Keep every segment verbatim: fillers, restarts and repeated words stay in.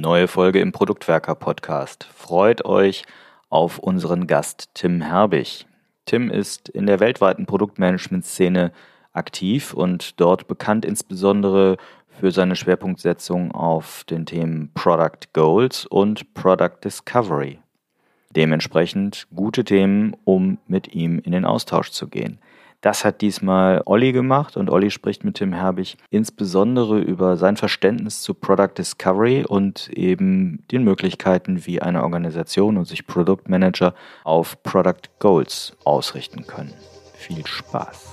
Neue Folge im Produktwerker-Podcast. Freut euch auf unseren Gast Tim Herbig. Tim ist in der weltweiten Produktmanagement-Szene aktiv und dort bekannt insbesondere für seine Schwerpunktsetzung auf den Themen Product Goals und Product Discovery. Dementsprechend gute Themen, um mit ihm in den Austausch zu gehen. Das hat diesmal Olli gemacht und Olli spricht mit Tim Herbig insbesondere über sein Verständnis zu Product Discovery und eben den Möglichkeiten, wie eine Organisation und sich Produktmanager auf Product Goals ausrichten können. Viel Spaß!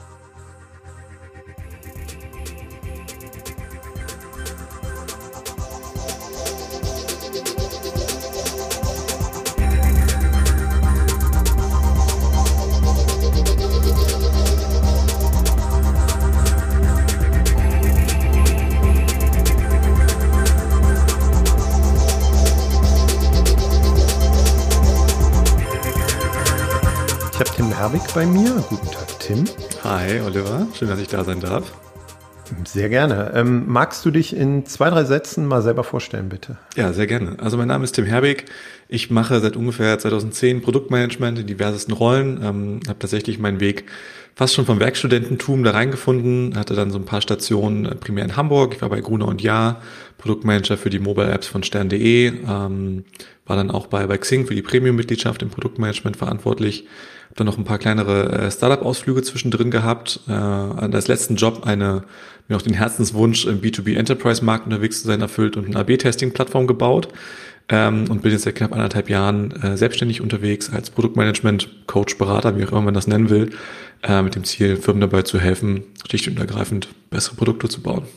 Ich habe Tim Herbig bei mir. Guten Tag, Tim. Hi, Oliver. Schön, dass ich da sein darf. Sehr gerne. Ähm, magst du dich in zwei, drei Sätzen mal selber vorstellen, bitte? Ja, sehr gerne. Also mein Name ist Tim Herbig. Ich mache seit ungefähr zweitausendzehn Produktmanagement in diversesten Rollen. Ähm, habe tatsächlich meinen Weg fast schon vom Werkstudententum da reingefunden. Hatte dann so ein paar Stationen, äh, primär in Hamburg. Ich war bei Gruner und Jahr, Produktmanager für die Mobile Apps von stern punkt de. Ähm, war dann auch bei, bei Xing für die Premium-Mitgliedschaft im Produktmanagement verantwortlich. Habe dann noch ein paar kleinere äh, Startup-Ausflüge zwischendrin gehabt. Äh, als letzten Job eine, mir auch den Herzenswunsch, im B zwei B Enterprise-Markt unterwegs zu sein, erfüllt und eine A B-Testing-Plattform gebaut. Ähm, und bin jetzt seit knapp anderthalb Jahren äh, selbstständig unterwegs als Produktmanagement, Coach, Berater, wie auch immer man das nennen will, äh, mit dem Ziel, Firmen dabei zu helfen, schlicht und ergreifend bessere Produkte zu bauen.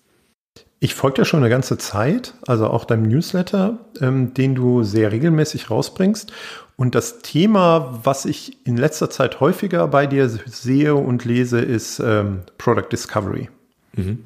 Ich folge dir schon eine ganze Zeit, also auch deinem Newsletter, ähm, den du sehr regelmäßig rausbringst. Und das Thema, was ich in letzter Zeit häufiger bei dir sehe und lese, ist ähm, Product Discovery. Mhm.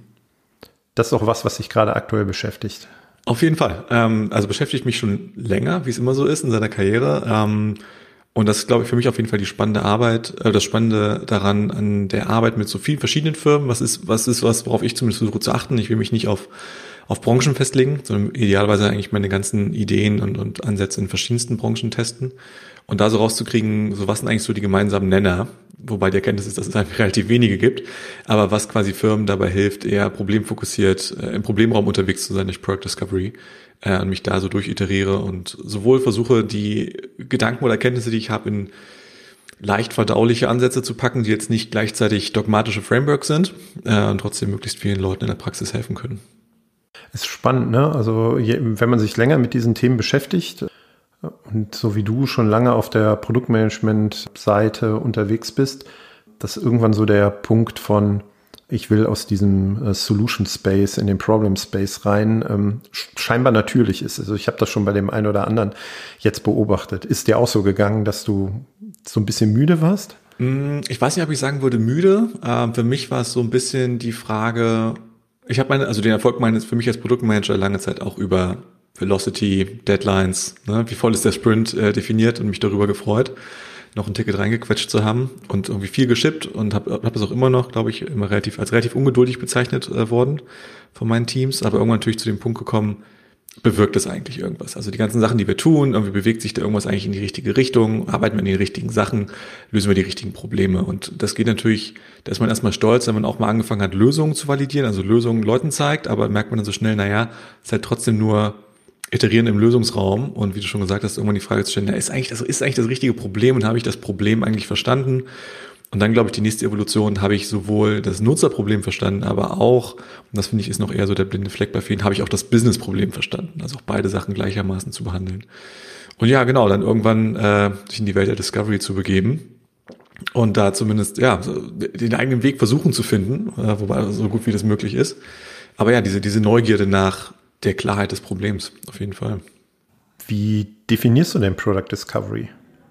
Das ist auch was, was dich gerade aktuell beschäftigt. Auf jeden Fall. Ähm, also beschäftigt mich schon länger, wie es immer so ist in seiner Karriere. Ähm, und das ist, glaube ich, für mich auf jeden Fall die spannende Arbeit, äh, das Spannende daran, an der Arbeit mit so vielen verschiedenen Firmen. Was ist, was ist was, worauf ich zumindest versuche zu achten? Ich will mich nicht auf auf Branchen festlegen, sondern idealerweise eigentlich meine ganzen Ideen und, und Ansätze in verschiedensten Branchen testen und da so rauszukriegen, so was sind eigentlich so die gemeinsamen Nenner, wobei die Erkenntnis ist, dass es einfach relativ wenige gibt, aber was quasi Firmen dabei hilft, eher problemfokussiert äh, im Problemraum unterwegs zu sein durch Product Discovery äh, und mich da so durchiteriere und sowohl versuche, die Gedanken oder Erkenntnisse, die ich habe, in leicht verdauliche Ansätze zu packen, die jetzt nicht gleichzeitig dogmatische Frameworks sind äh, und trotzdem möglichst vielen Leuten in der Praxis helfen können. Ist spannend, ne? Also je, wenn man sich länger mit diesen Themen beschäftigt und so wie du schon lange auf der Produktmanagement-Seite unterwegs bist, dass irgendwann so der Punkt von ich will aus diesem äh, Solution Space in den Problem Space rein, ähm, scheinbar natürlich ist. Also ich habe das schon bei dem einen oder anderen jetzt beobachtet. Ist dir auch so gegangen, dass du so ein bisschen müde warst? Ich weiß nicht, ob ich sagen würde müde. Ähm, für mich war es so ein bisschen die Frage, ich habe meine, also den Erfolg meines für mich als Produktmanager lange Zeit auch über Velocity, Deadlines, ne, wie voll ist der Sprint äh, definiert und mich darüber gefreut, noch ein Ticket reingequetscht zu haben und irgendwie viel geschippt und habe hab es auch immer noch, glaube ich, immer relativ als relativ ungeduldig bezeichnet äh, worden von meinen Teams, aber irgendwann natürlich zu dem Punkt gekommen, bewirkt das eigentlich irgendwas? Also die ganzen Sachen, die wir tun, irgendwie bewegt sich da irgendwas eigentlich in die richtige Richtung, arbeiten wir an den richtigen Sachen, lösen wir die richtigen Probleme. Und das geht natürlich, da ist man erstmal stolz, wenn man auch mal angefangen hat, Lösungen zu validieren, also Lösungen Leuten zeigt, aber merkt man dann so schnell, naja, es ist halt trotzdem nur iterieren im Lösungsraum und wie du schon gesagt hast, irgendwann die Frage zu stellen, na, ist eigentlich das, ist eigentlich das richtige Problem und habe ich das Problem eigentlich verstanden? Und dann, glaube ich, die nächste Evolution habe ich sowohl das Nutzerproblem verstanden, aber auch, und das finde ich ist noch eher so der blinde Fleck bei vielen, habe ich auch das Businessproblem verstanden. Also auch beide Sachen gleichermaßen zu behandeln. Und ja, genau, dann irgendwann äh, sich in die Welt der Discovery zu begeben und da zumindest ja so den eigenen Weg versuchen zu finden, äh, wobei so gut wie das möglich ist. Aber ja, diese diese Neugierde nach der Klarheit des Problems, auf jeden Fall. Wie definierst du denn Product Discovery?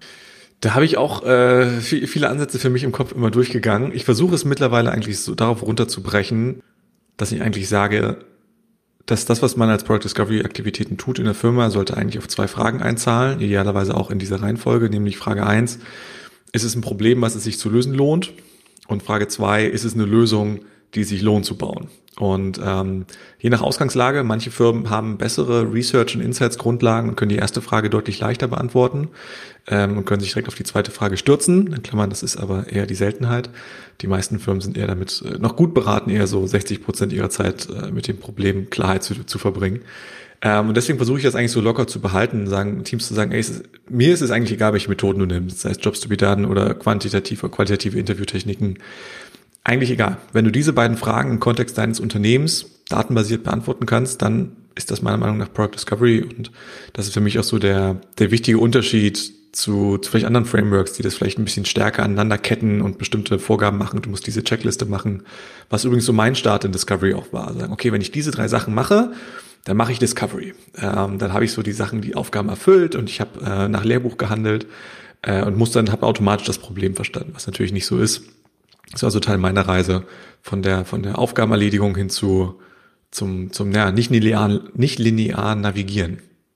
Da habe ich auch äh, viel, viele Ansätze für mich im Kopf immer durchgegangen. Ich versuche es mittlerweile eigentlich so darauf runterzubrechen, dass ich eigentlich sage, dass das, was man als Product Discovery Aktivitäten tut in der Firma, sollte eigentlich auf zwei Fragen einzahlen, idealerweise auch in dieser Reihenfolge, nämlich Frage eins, ist es ein Problem, was es sich zu lösen lohnt? Und Frage zwei, ist es eine Lösung, die sich lohnen zu bauen. Und ähm, je nach Ausgangslage, manche Firmen haben bessere Research- und Insights-Grundlagen und können die erste Frage deutlich leichter beantworten ähm, und können sich direkt auf die zweite Frage stürzen. In Klammern, das ist aber eher die Seltenheit. Die meisten Firmen sind eher damit äh, noch gut beraten, eher so sechzig Prozent ihrer Zeit äh, mit dem Problem Klarheit zu, zu verbringen. Ähm, und deswegen versuche ich das eigentlich so locker zu behalten, sagen, Teams zu sagen, ey, es ist, mir ist es eigentlich egal, welche Methoden du nimmst, sei es Jobs to be done oder quantitative oder qualitative Interviewtechniken. Eigentlich egal. Wenn du diese beiden Fragen im Kontext deines Unternehmens datenbasiert beantworten kannst, dann ist das meiner Meinung nach Product Discovery, und das ist für mich auch so der der wichtige Unterschied zu, zu vielleicht anderen Frameworks, die das vielleicht ein bisschen stärker aneinander ketten und bestimmte Vorgaben machen. Du musst diese Checkliste machen, was übrigens so mein Start in Discovery auch war. Sagen, okay, wenn ich diese drei Sachen mache, dann mache ich Discovery. Ähm, dann habe ich so die Sachen, die Aufgaben erfüllt, und ich habe äh, nach Lehrbuch gehandelt äh, und muss dann habe automatisch das Problem verstanden, was natürlich nicht so ist. Das war also Teil meiner Reise von der von der Aufgabenerledigung hin zu zum zum ja, nicht linearen nicht linearen Navigieren.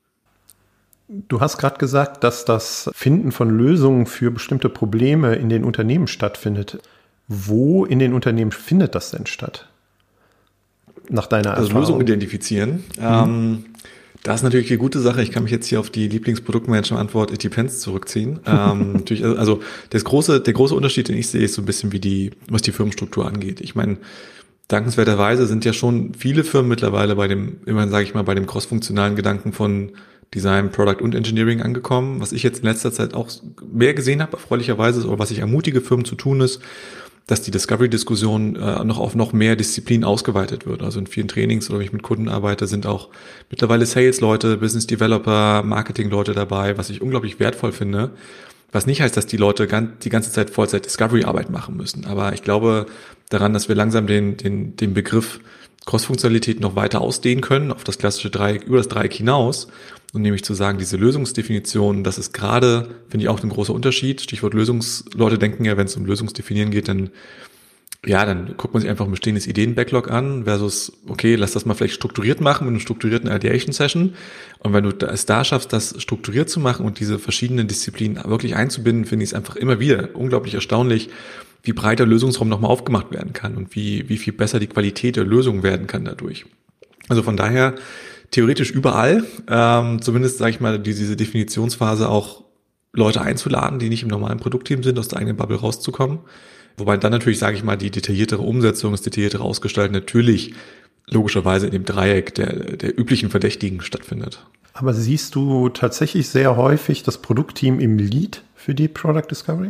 Du hast gerade gesagt, dass das Finden von Lösungen für bestimmte Probleme in den Unternehmen stattfindet. Wo in den Unternehmen findet das denn statt? Nach deiner Erfahrung? Also Lösungen identifizieren. Mhm. Ähm, Das ist natürlich eine gute Sache. Ich kann mich jetzt hier auf die Lieblingsproduktmanager-Antwort It Depends zurückziehen. ähm, natürlich, also das große, der große Unterschied, den ich sehe, ist so ein bisschen wie die, was die Firmenstruktur angeht. Ich meine, dankenswerterweise sind ja schon viele Firmen mittlerweile bei dem, immerhin sage ich mal, bei dem crossfunktionalen Gedanken von Design, Product und Engineering angekommen. Was ich jetzt in letzter Zeit auch mehr gesehen habe, erfreulicherweise, oder was ich ermutige, Firmen zu tun, ist, dass die Discovery-Diskussion äh, noch auf noch mehr Disziplinen ausgeweitet wird. Also in vielen Trainings oder wenn ich mit Kunden arbeite, sind auch mittlerweile Sales-Leute, Business-Developer, Marketing-Leute dabei, was ich unglaublich wertvoll finde. Was nicht heißt, dass die Leute ganz, die ganze Zeit Vollzeit-Discovery-Arbeit machen müssen. Aber ich glaube daran, dass wir langsam den, den, den Begriff Cross-Funktionalität noch weiter ausdehnen können, auf das klassische Dreieck, über das Dreieck hinaus. Und nämlich zu sagen, diese Lösungsdefinition, das ist gerade, finde ich, auch ein großer Unterschied. Stichwort Lösungs, Leute denken ja, wenn es um Lösungsdefinieren geht, dann, ja, dann guckt man sich einfach ein bestehendes Ideen-Backlog an versus, okay, lass das mal vielleicht strukturiert machen mit einer strukturierten Ideation-Session. Und wenn du es da schaffst, das strukturiert zu machen und diese verschiedenen Disziplinen wirklich einzubinden, finde ich es einfach immer wieder unglaublich erstaunlich, wie breit der Lösungsraum nochmal aufgemacht werden kann und wie, wie viel besser die Qualität der Lösung werden kann dadurch. Also von daher, theoretisch überall, ähm, zumindest sage ich mal, die, diese Definitionsphase auch Leute einzuladen, die nicht im normalen Produktteam sind, aus der eigenen Bubble rauszukommen. Wobei dann natürlich, sage ich mal, die detailliertere Umsetzung, das detailliertere Ausgestalten natürlich logischerweise in dem Dreieck der, der üblichen Verdächtigen stattfindet. Aber siehst du tatsächlich sehr häufig das Produktteam im Lead für die Product Discovery?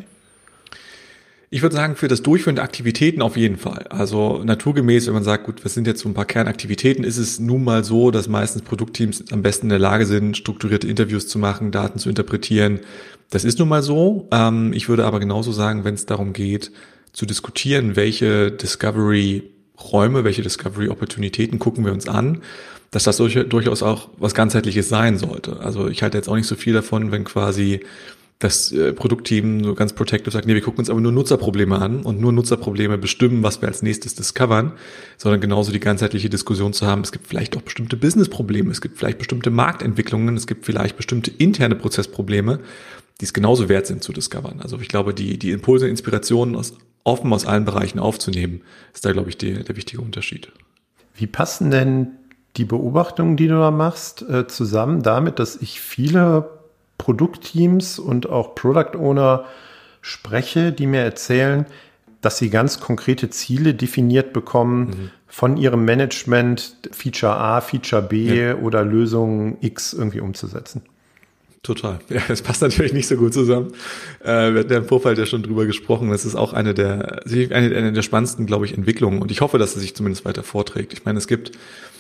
Ich würde sagen, für das Durchführen der Aktivitäten auf jeden Fall. Also naturgemäß, wenn man sagt, gut, was sind jetzt so ein paar Kernaktivitäten, ist es nun mal so, dass meistens Produktteams am besten in der Lage sind, strukturierte Interviews zu machen, Daten zu interpretieren. Das ist nun mal so. Ich würde aber genauso sagen, wenn es darum geht, zu diskutieren, welche Discovery-Räume, welche Discovery-Opportunitäten gucken wir uns an, dass das durchaus auch was Ganzheitliches sein sollte. Also ich halte jetzt auch nicht so viel davon, wenn quasi das äh, Produktteam so ganz protective sagt, nee, wir gucken uns aber nur Nutzerprobleme an und nur Nutzerprobleme bestimmen, was wir als nächstes discovern, sondern genauso die ganzheitliche Diskussion zu haben, es gibt vielleicht auch bestimmte Businessprobleme, es gibt vielleicht bestimmte Marktentwicklungen, es gibt vielleicht bestimmte interne Prozessprobleme, die es genauso wert sind zu discovern. Also ich glaube, die die Impulse, Inspirationen aus, offen aus allen Bereichen aufzunehmen, ist da, glaube ich, die, der wichtige Unterschied. Wie passen denn die Beobachtungen, die du da machst, äh, zusammen damit, dass ich viele Produktteams und auch Product Owner spreche, die mir erzählen, dass sie ganz konkrete Ziele definiert bekommen mhm. von ihrem Management, Feature A, Feature B ja. oder Lösung X irgendwie umzusetzen? Total. Ja, das passt natürlich nicht so gut zusammen. Äh, wir hatten ja im Vorfeld ja schon drüber gesprochen. Das ist auch eine der, eine, eine der spannendsten, glaube ich, Entwicklungen. Und ich hoffe, dass es sich zumindest weiter vorträgt. Ich meine, es gibt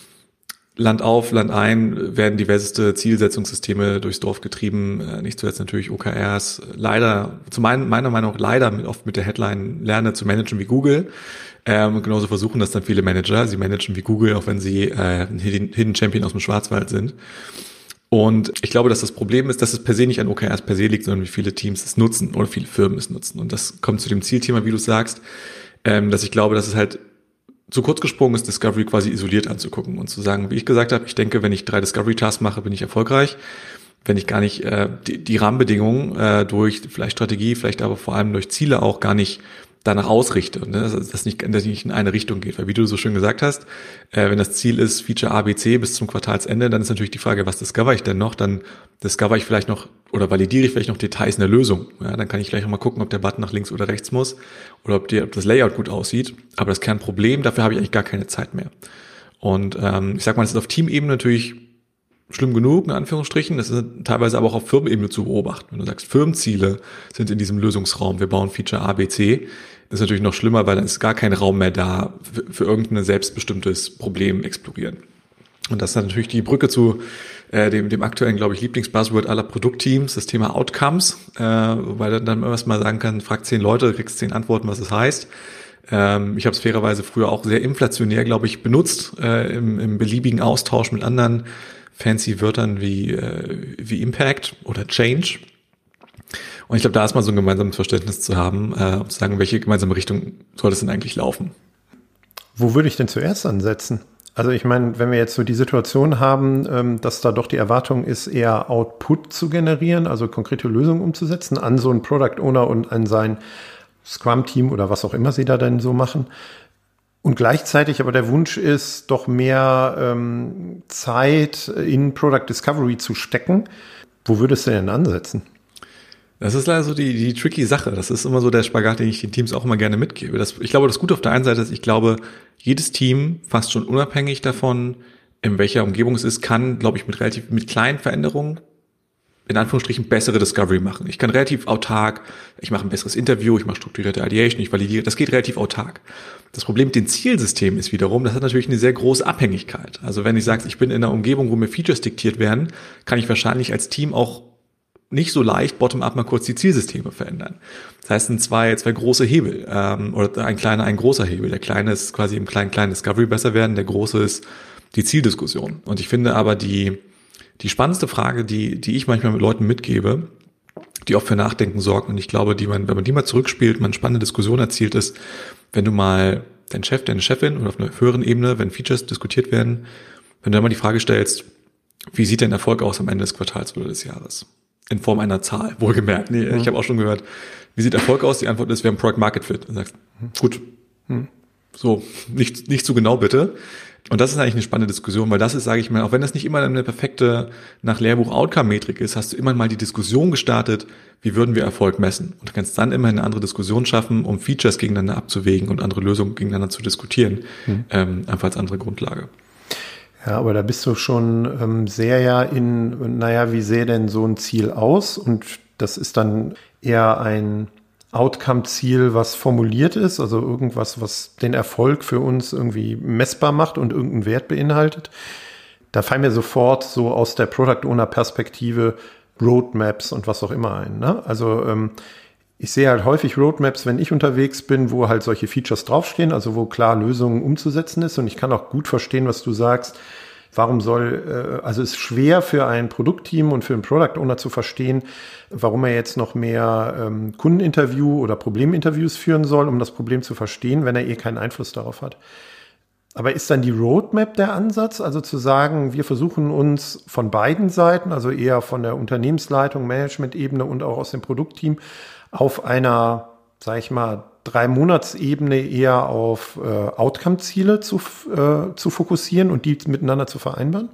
Land auf, Land ein werden diverseste Zielsetzungssysteme durchs Dorf getrieben, nicht zuletzt natürlich O K Rs. Leider, zu mein, meiner Meinung nach leider mit, oft mit der Headline, lerne zu managen wie Google. Ähm, und genauso versuchen das dann viele Manager. Sie managen wie Google, auch wenn sie äh, ein Hidden Champion aus dem Schwarzwald sind. Und ich glaube, dass das Problem ist, dass es per se nicht an O K Rs per se liegt, sondern wie viele Teams es nutzen oder viele Firmen es nutzen. Und das kommt zu dem Zielthema, wie du sagst, ähm, dass ich glaube, dass es halt zu kurz gesprungen ist, Discovery quasi isoliert anzugucken und zu sagen, wie ich gesagt habe, ich denke, wenn ich drei Discovery-Tasks mache, bin ich erfolgreich. Wenn ich gar nicht äh, die, die Rahmenbedingungen äh, durch vielleicht Strategie, vielleicht aber vor allem durch Ziele auch gar nicht danach ausrichte, ne? dass das nicht, dass nicht in eine Richtung geht. Weil wie du so schön gesagt hast, äh, wenn das Ziel ist, Feature A, B, C bis zum Quartalsende, dann ist natürlich die Frage, was discover ich denn noch? Dann discover ich vielleicht noch oder validiere ich vielleicht noch Details in der Lösung. Ja, dann kann ich gleich noch mal gucken, ob der Button nach links oder rechts muss oder ob, die, ob das Layout gut aussieht. Aber das Kernproblem, dafür habe ich eigentlich gar keine Zeit mehr. Und ähm, ich sag mal, das ist auf Teamebene natürlich schlimm genug, in Anführungsstrichen. Das ist teilweise aber auch auf Firmenebene zu beobachten. Wenn du sagst, Firmenziele sind in diesem Lösungsraum, wir bauen Feature A, B, C, ist natürlich noch schlimmer, weil dann ist gar kein Raum mehr da für, für irgendein selbstbestimmtes Problem explorieren. Und das ist dann natürlich die Brücke zu äh, dem, dem aktuellen, glaube ich, Lieblingsbuzzword aller Produktteams, das Thema Outcomes, äh, wobei dann, dann irgendwas mal sagen kann, frag zehn Leute, kriegst zehn Antworten, was es das heißt. Ähm, ich habe es fairerweise früher auch sehr inflationär, glaube ich, benutzt, äh, im, im beliebigen Austausch mit anderen fancy Wörtern wie, äh, wie Impact oder Change. Und ich glaube, da ist mal so ein gemeinsames Verständnis zu haben, äh, um zu sagen, welche gemeinsame Richtung soll das denn eigentlich laufen? Wo würde ich denn zuerst ansetzen? Also ich meine, wenn wir jetzt so die Situation haben, ähm, dass da doch die Erwartung ist, eher Output zu generieren, also konkrete Lösungen umzusetzen an so einen Product Owner und an sein Scrum-Team oder was auch immer sie da denn so machen. Und gleichzeitig aber der Wunsch ist, doch mehr ähm, Zeit in Product Discovery zu stecken. Wo würdest du denn ansetzen? Das ist leider so die, die tricky Sache. Das ist immer so der Spagat, den ich den Teams auch immer gerne mitgebe. Das, ich glaube, das Gute auf der einen Seite ist, ich glaube, jedes Team, fast schon unabhängig davon, in welcher Umgebung es ist, kann, glaube ich, mit relativ, mit kleinen Veränderungen, in Anführungsstrichen, bessere Discovery machen. Ich kann relativ autark, ich mache ein besseres Interview, ich mache strukturierte Ideation, ich validiere, das geht relativ autark. Das Problem mit den Zielsystemen ist wiederum, das hat natürlich eine sehr große Abhängigkeit. Also wenn ich sage, ich bin in einer Umgebung, wo mir Features diktiert werden, kann ich wahrscheinlich als Team auch nicht so leicht bottom-up mal kurz die Zielsysteme verändern. Das heißt, es sind zwei, zwei große Hebel, ähm, oder ein kleiner, ein großer Hebel. Der kleine ist quasi im kleinen, kleinen Discovery besser werden, der große ist die Zieldiskussion. Und ich finde aber die, die spannendste Frage, die, die ich manchmal mit Leuten mitgebe, die auch für Nachdenken sorgt, und ich glaube, die man, wenn man die mal zurückspielt, man eine spannende Diskussion erzielt, ist, wenn du mal deinen Chef, deine Chefin oder auf einer höheren Ebene, wenn Features diskutiert werden, wenn du dann mal die Frage stellst, wie sieht dein Erfolg aus am Ende des Quartals oder des Jahres? In Form einer Zahl, wohlgemerkt. Nee, mhm. Ich habe auch schon gehört, wie sieht Erfolg aus? Die Antwort ist, wir haben Product Market Fit. Und sagst, gut, mhm. so, nicht, nicht zu genau bitte. Und das ist eigentlich eine spannende Diskussion, weil das ist, sage ich mal, auch wenn das nicht immer eine perfekte nach Lehrbuch Outcome-Metrik ist, hast du immer mal die Diskussion gestartet, wie würden wir Erfolg messen? Und du kannst dann immer eine andere Diskussion schaffen, um Features gegeneinander abzuwägen und andere Lösungen gegeneinander zu diskutieren, mhm. ähm, einfach als andere Grundlage. Ja, aber da bist du schon ähm, sehr ja in, naja, wie sähe denn so ein Ziel aus? Und das ist dann eher ein Outcome-Ziel, was formuliert ist, also irgendwas, was den Erfolg für uns irgendwie messbar macht und irgendeinen Wert beinhaltet. Da fallen mir sofort so aus der Product-Owner-Perspektive Roadmaps und was auch immer ein. Ne? Also ähm, ich sehe halt häufig Roadmaps, wenn ich unterwegs bin, wo halt solche Features draufstehen, also wo klar Lösungen umzusetzen ist. Und ich kann auch gut verstehen, was du sagst. Warum soll, äh, also es ist schwer für ein Produktteam und für einen Product Owner zu verstehen, warum er jetzt noch mehr ähm, Kundeninterview oder Probleminterviews führen soll, um das Problem zu verstehen, wenn er eh keinen Einfluss darauf hat. Aber ist dann die Roadmap der Ansatz, also zu sagen, wir versuchen uns von beiden Seiten, also eher von der Unternehmensleitung, Management-Ebene und auch aus dem Produktteam, auf einer, sag ich mal, Drei-Monats-Ebene eher auf äh, Outcome-Ziele zu, äh, zu fokussieren und die miteinander zu vereinbaren?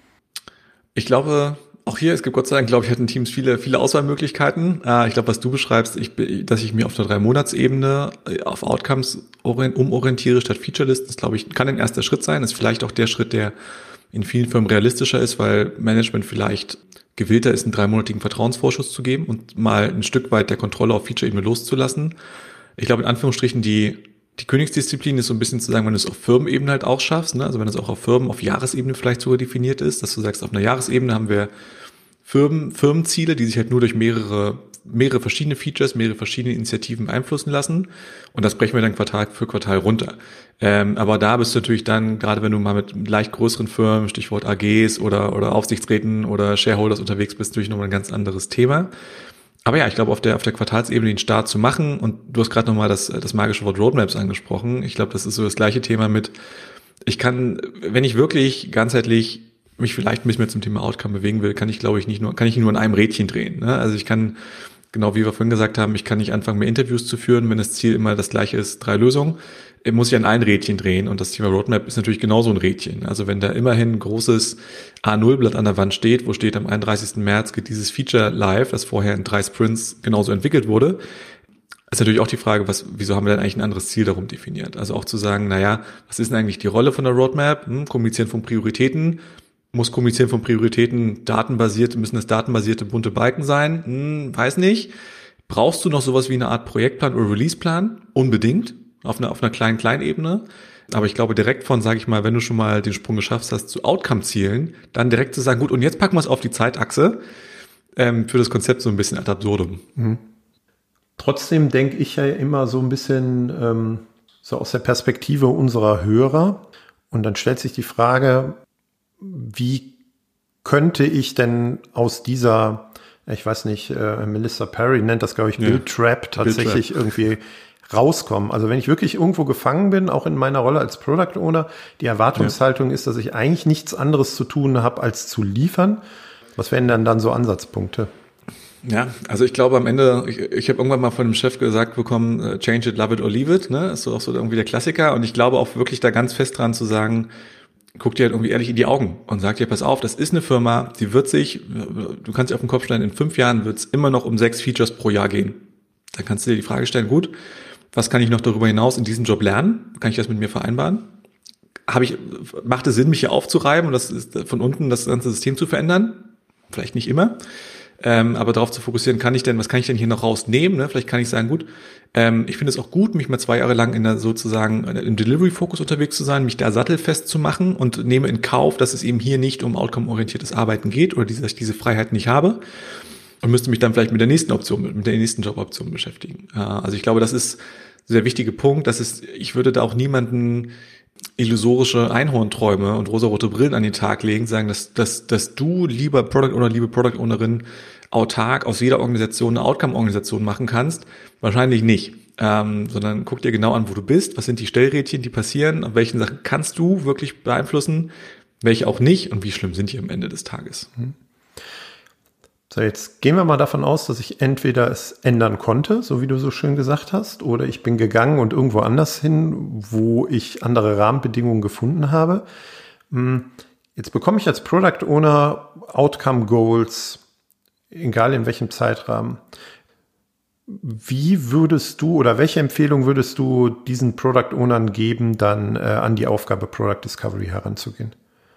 Ich glaube, auch hier, es gibt Gott sei Dank, glaube ich, hatten Teams viele, viele Auswahlmöglichkeiten. Äh, ich glaube, was du beschreibst, ich, dass ich mir auf der Drei-Monats-Ebene auf Outcomes umorientiere statt Feature-Listen, das glaube ich, kann ein erster Schritt sein. Das ist vielleicht auch der Schritt, der in vielen Firmen realistischer ist, weil Management vielleicht gewillter ist, einen dreimonatigen Vertrauensvorschuss zu geben und mal ein Stück weit der Kontrolle auf Feature-Ebene loszulassen. Ich glaube, in Anführungsstrichen, die, die Königsdisziplin ist so ein bisschen zu sagen, wenn du es auf Firmenebene halt auch schaffst, ne? Also wenn es auch auf Firmen, auf Jahresebene vielleicht sogar definiert ist, dass du sagst, auf einer Jahresebene haben wir Firmen, Firmenziele, die sich halt nur durch mehrere, mehrere verschiedene Features, mehrere verschiedene Initiativen beeinflussen lassen. Und das brechen wir dann Quartal für Quartal runter. Ähm, aber da bist du natürlich dann, gerade wenn du mal mit leicht größeren Firmen, Stichwort A Gs oder, oder Aufsichtsräten oder Shareholders unterwegs bist, natürlich nochmal ein ganz anderes Thema. Aber ja, ich glaube, auf der, auf der Quartalsebene den Start zu machen, und du hast gerade nochmal das, das magische Wort Roadmaps angesprochen. Ich glaube, das ist so das gleiche Thema mit, ich kann, wenn ich wirklich ganzheitlich mich vielleicht ein bisschen mehr zum Thema Outcome bewegen will, kann ich, glaube ich, nicht nur, kann ich nur an einem Rädchen drehen, ne? Also ich kann genau wie wir vorhin gesagt haben, ich kann nicht anfangen, mehr Interviews zu führen, wenn das Ziel immer das gleiche ist, drei Lösungen, muss ich an ein Rädchen drehen und das Thema Roadmap ist natürlich genauso ein Rädchen. Also wenn da immerhin ein großes A null Blatt an der Wand steht, wo steht, am einunddreißigsten März geht dieses Feature live, das vorher in drei Sprints genauso entwickelt wurde, ist natürlich auch die Frage, was, wieso haben wir denn eigentlich ein anderes Ziel darum definiert? Also auch zu sagen, naja, was ist denn eigentlich die Rolle von der Roadmap? Hm, kommunizieren von Prioritäten. Muss kommunizieren von Prioritäten datenbasiert, müssen das datenbasierte bunte Balken sein? Hm, weiß nicht. Brauchst du noch sowas wie eine Art Projektplan oder Releaseplan? Unbedingt. Auf einer, auf einer kleinen, kleinen Ebene. Aber ich glaube, direkt von, sage ich mal, wenn du schon mal den Sprung geschafft hast zu Outcome-Zielen, dann direkt zu sagen, gut, und jetzt packen wir es auf die Zeitachse, ähm, für das Konzept so ein bisschen ad absurdum. Mhm. Trotzdem denke ich ja immer so ein bisschen ähm, so aus der Perspektive unserer Hörer. Und dann stellt sich die Frage, wie könnte ich denn aus dieser, ich weiß nicht, äh, Melissa Perry nennt das, glaube ich, ja. Build Trap tatsächlich Build Trap. irgendwie rauskommen. Also wenn ich wirklich irgendwo gefangen bin, auch in meiner Rolle als Product Owner, die Erwartungshaltung ja. ist, dass ich eigentlich nichts anderes zu tun habe, als zu liefern. Was wären dann dann so Ansatzpunkte? Ja, also ich glaube am Ende, ich, ich habe irgendwann mal von dem Chef gesagt bekommen, change it, love it or leave it, ne? Ist so auch so irgendwie der Klassiker. Und ich glaube auch wirklich da ganz fest dran zu sagen, guck dir halt irgendwie ehrlich in die Augen und sag dir, pass auf, das ist eine Firma, die wird sich, du kannst dir auf den Kopf stellen, in fünf Jahren wird es immer noch um sechs Features pro Jahr gehen. Dann kannst du dir die Frage stellen, gut, was kann ich noch darüber hinaus in diesem Job lernen? Kann ich das mit mir vereinbaren? Habe ich, macht es Sinn, mich hier aufzureiben und das ist von unten das ganze System zu verändern? Vielleicht nicht immer. Ähm, aber darauf zu fokussieren, kann ich denn, was kann ich denn hier noch rausnehmen? Ne? Vielleicht kann ich sagen, gut, ähm, ich finde es auch gut, mich mal zwei Jahre lang in der sozusagen im Delivery-Fokus unterwegs zu sein, mich da sattelfest zu machen und nehme in Kauf, dass es eben hier nicht um outcome-orientiertes Arbeiten geht oder diese, dass ich diese Freiheit nicht habe und müsste mich dann vielleicht mit der nächsten Option, mit der nächsten Joboption beschäftigen. Äh, also ich glaube, das ist ein sehr wichtiger Punkt. Das ist, ich würde da auch niemanden illusorische Einhornträume und rosarote Brillen an den Tag legen, sagen, dass, dass, dass du, lieber Product Owner, liebe Product Ownerin, autark aus jeder Organisation eine Outcome-Organisation machen kannst. Wahrscheinlich nicht. Ähm, sondern guck dir genau an, wo du bist, was sind die Stellrädchen, die passieren, auf welchen Sachen kannst du wirklich beeinflussen, welche auch nicht und wie schlimm sind die am Ende des Tages. So, jetzt gehen wir mal davon aus, dass ich entweder es ändern konnte, so wie du so schön gesagt hast, oder ich bin gegangen und irgendwo anders hin, wo ich andere Rahmenbedingungen gefunden habe. Jetzt bekomme ich als Product Owner Outcome Goals, egal in welchem Zeitrahmen. Wie würdest du oder welche Empfehlung würdest du diesen Product Ownern geben, dann äh, an die Aufgabe Product Discovery heranzugehen?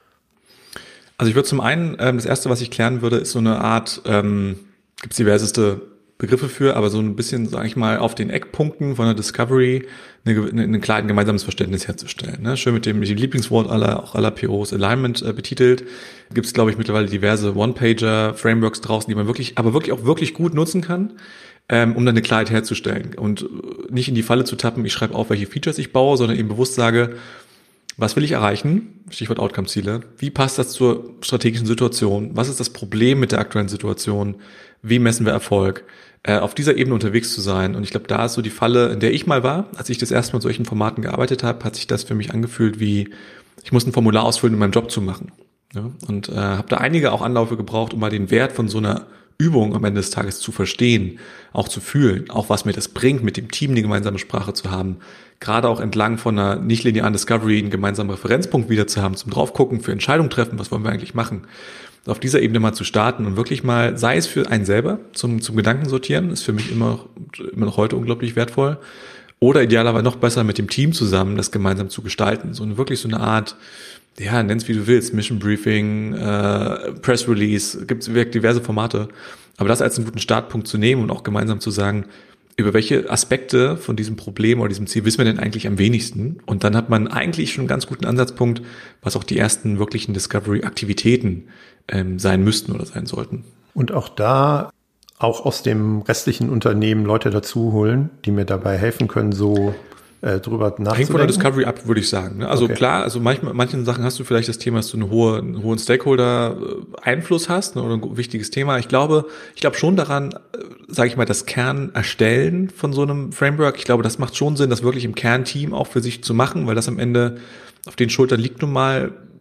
Also ich würde zum einen, ähm, das erste, was ich klären würde, ist so eine Art, ähm, gibt es diverseste Begriffe für, aber so ein bisschen, sage ich mal, auf den Eckpunkten von der Discovery eine, eine, ein kleines gemeinsames Verständnis herzustellen. Ne? Schön mit dem, mit dem Lieblingswort aller, auch aller P Os, Alignment äh, betitelt. Gibt es, glaube ich, mittlerweile diverse One-Pager-Frameworks draußen, die man wirklich, aber wirklich auch wirklich gut nutzen kann, ähm, um dann eine Klarheit herzustellen und nicht in die Falle zu tappen, ich schreibe auf, welche Features ich baue, sondern eben bewusst sage, was will ich erreichen? Stichwort Outcome-Ziele. Wie passt das zur strategischen Situation? Was ist das Problem mit der aktuellen Situation? Wie messen wir Erfolg? Äh, auf dieser Ebene unterwegs zu sein. Und ich glaube, da ist so die Falle, in der ich mal war. Als ich das erste Mal in solchen Formaten gearbeitet habe, hat sich das für mich angefühlt wie, ich muss ein Formular ausfüllen, um meinen Job zu machen. Ja? Und äh, habe da einige auch Anläufe gebraucht, um mal den Wert von so einer Übung am Ende des Tages zu verstehen, auch zu fühlen, auch was mir das bringt, mit dem Team eine gemeinsame Sprache zu haben, gerade auch entlang von einer nicht linearen Discovery einen gemeinsamen Referenzpunkt wieder zu haben, zum draufgucken, für Entscheidungen treffen, was wollen wir eigentlich machen. Auf dieser Ebene mal zu starten und wirklich mal, sei es für einen selber, zum, zum Gedanken sortieren, ist für mich immer, immer noch heute unglaublich wertvoll, oder idealerweise noch besser mit dem Team zusammen, das gemeinsam zu gestalten. So eine, wirklich so eine Art, ja, nenn's wie du willst, Mission Briefing, äh, Press Release, gibt's wirklich diverse Formate. Aber das als einen guten Startpunkt zu nehmen und auch gemeinsam zu sagen, über welche Aspekte von diesem Problem oder diesem Ziel wissen wir denn eigentlich am wenigsten? Und dann hat man eigentlich schon einen ganz guten Ansatzpunkt, was auch die ersten wirklichen Discovery-Aktivitäten ähm, sein müssten oder sein sollten. Und auch da, auch aus dem restlichen Unternehmen Leute dazu holen, die mir dabei helfen können, so äh, drüber nachzudenken. Hängt von der Discovery ab, würde ich sagen. Ne? Also okay. Klar, also manchmal, manchen Sachen hast du vielleicht das Thema, dass du eine hohe, einen hohen Stakeholder-Einfluss hast, ne, oder ein wichtiges Thema. Ich glaube, ich glaube schon daran, sage ich mal, das Kern erstellen von so einem Framework. Ich glaube, das macht schon Sinn, das wirklich im Kernteam auch für sich zu machen, weil das am Ende auf den Schultern liegt nun mal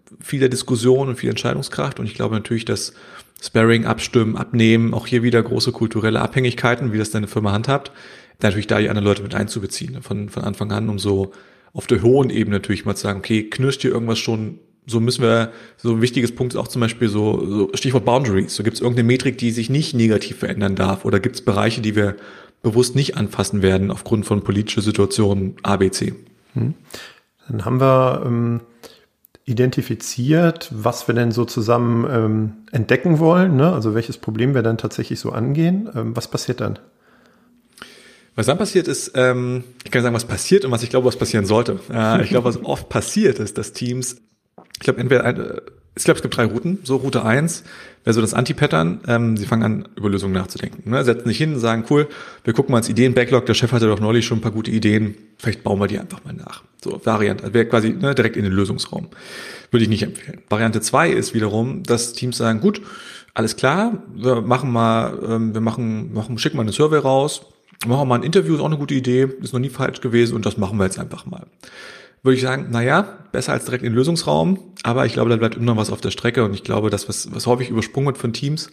viel der Diskussion und viel Entscheidungskraft. Und ich glaube natürlich, dass Sparring, Abstimmen, Abnehmen, auch hier wieder große kulturelle Abhängigkeiten, wie das deine Firma handhabt, natürlich da die anderen Leute mit einzubeziehen, von, von Anfang an, um so auf der hohen Ebene natürlich mal zu sagen, okay, knirscht hier irgendwas schon, so müssen wir, so ein wichtiges Punkt ist auch zum Beispiel so, so Stichwort Boundaries, so gibt es irgendeine Metrik, die sich nicht negativ verändern darf, oder gibt es Bereiche, die wir bewusst nicht anfassen werden aufgrund von politischer Situation A, B, C. Hm. Dann haben wir ähm, identifiziert, was wir denn so zusammen ähm, entdecken wollen, ne? Also welches Problem wir dann tatsächlich so angehen. Ähm, was passiert dann? Was dann passiert ist, ähm, ich kann sagen, was passiert und was ich glaube, was passieren sollte. Äh, ich glaube, was oft passiert ist, dass Teams, ich glaube, entweder, ein, ich glaube, es gibt drei Routen. So, Route eins wäre so das Anti-Pattern. Ähm, sie fangen an, über Lösungen nachzudenken. Ne? Setzen sich hin und sagen, cool, wir gucken mal ins Ideen-Backlog. Der Chef hatte doch neulich schon ein paar gute Ideen. Vielleicht bauen wir die einfach mal nach. So, Variante, also wäre quasi ne, direkt in den Lösungsraum. Würde ich nicht empfehlen. Variante zwei ist wiederum, dass Teams sagen, gut, alles klar, wir machen mal, ähm, wir machen, machen, schicken mal eine Survey raus. Machen wir mal ein Interview, ist auch eine gute Idee, ist noch nie falsch gewesen und das machen wir jetzt einfach mal. Würde ich sagen, naja, besser als direkt in den Lösungsraum, aber ich glaube, da bleibt immer noch was auf der Strecke und ich glaube, das, was, was häufig übersprungen wird von Teams,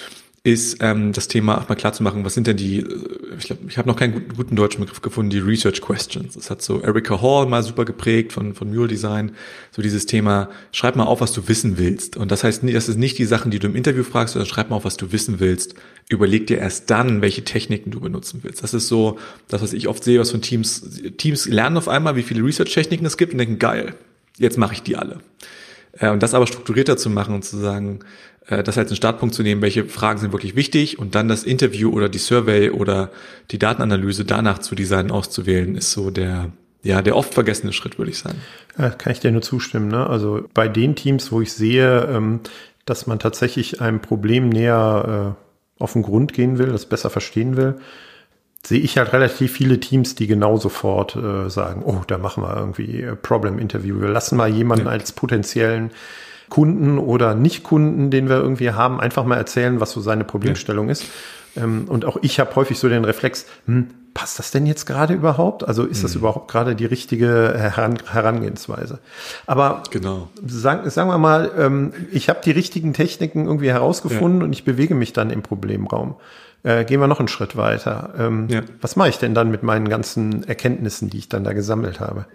ist ähm, das Thema auch mal klar zu machen, was sind denn die, ich glaube, ich habe noch keinen guten, guten deutschen Begriff gefunden, die Research Questions. Das hat so Erica Hall mal super geprägt von von Mule Design, so dieses Thema, schreib mal auf, was du wissen willst. Und das heißt, das ist nicht die Sachen, die du im Interview fragst, sondern schreib mal auf, was du wissen willst. Überleg dir erst dann, welche Techniken du benutzen willst. Das ist so das, was ich oft sehe, was von Teams, Teams lernen auf einmal, wie viele Research-Techniken es gibt und denken, geil, jetzt mache ich die alle. Und das aber strukturierter zu machen und zu sagen, das als einen Startpunkt zu nehmen, welche Fragen sind wirklich wichtig und dann das Interview oder die Survey oder die Datenanalyse danach zu designen, auszuwählen, ist so der, ja, der oft vergessene Schritt, würde ich sagen. Ja, kann ich dir nur zustimmen, ne? Also bei den Teams, wo ich sehe, dass man tatsächlich einem Problem näher auf den Grund gehen will, das besser verstehen will, sehe ich halt relativ viele Teams, die genau sofort äh, sagen, oh, da machen wir irgendwie Problem-Interview. Wir lassen mal jemanden ja. als potenziellen Kunden oder Nicht-Kunden, den wir irgendwie haben, einfach mal erzählen, was so seine Problemstellung ja. ist. Ähm, und auch ich habe häufig so den Reflex, hm, passt das denn jetzt gerade überhaupt? Also ist hm. das überhaupt gerade die richtige Heran- Herangehensweise? Aber genau. sagen, sagen wir mal, ähm, ich habe die richtigen Techniken irgendwie herausgefunden ja. und ich bewege mich dann im Problemraum. Äh, gehen wir noch einen Schritt weiter. Ähm, ja. Was mache ich denn dann mit meinen ganzen Erkenntnissen, die ich dann da gesammelt habe?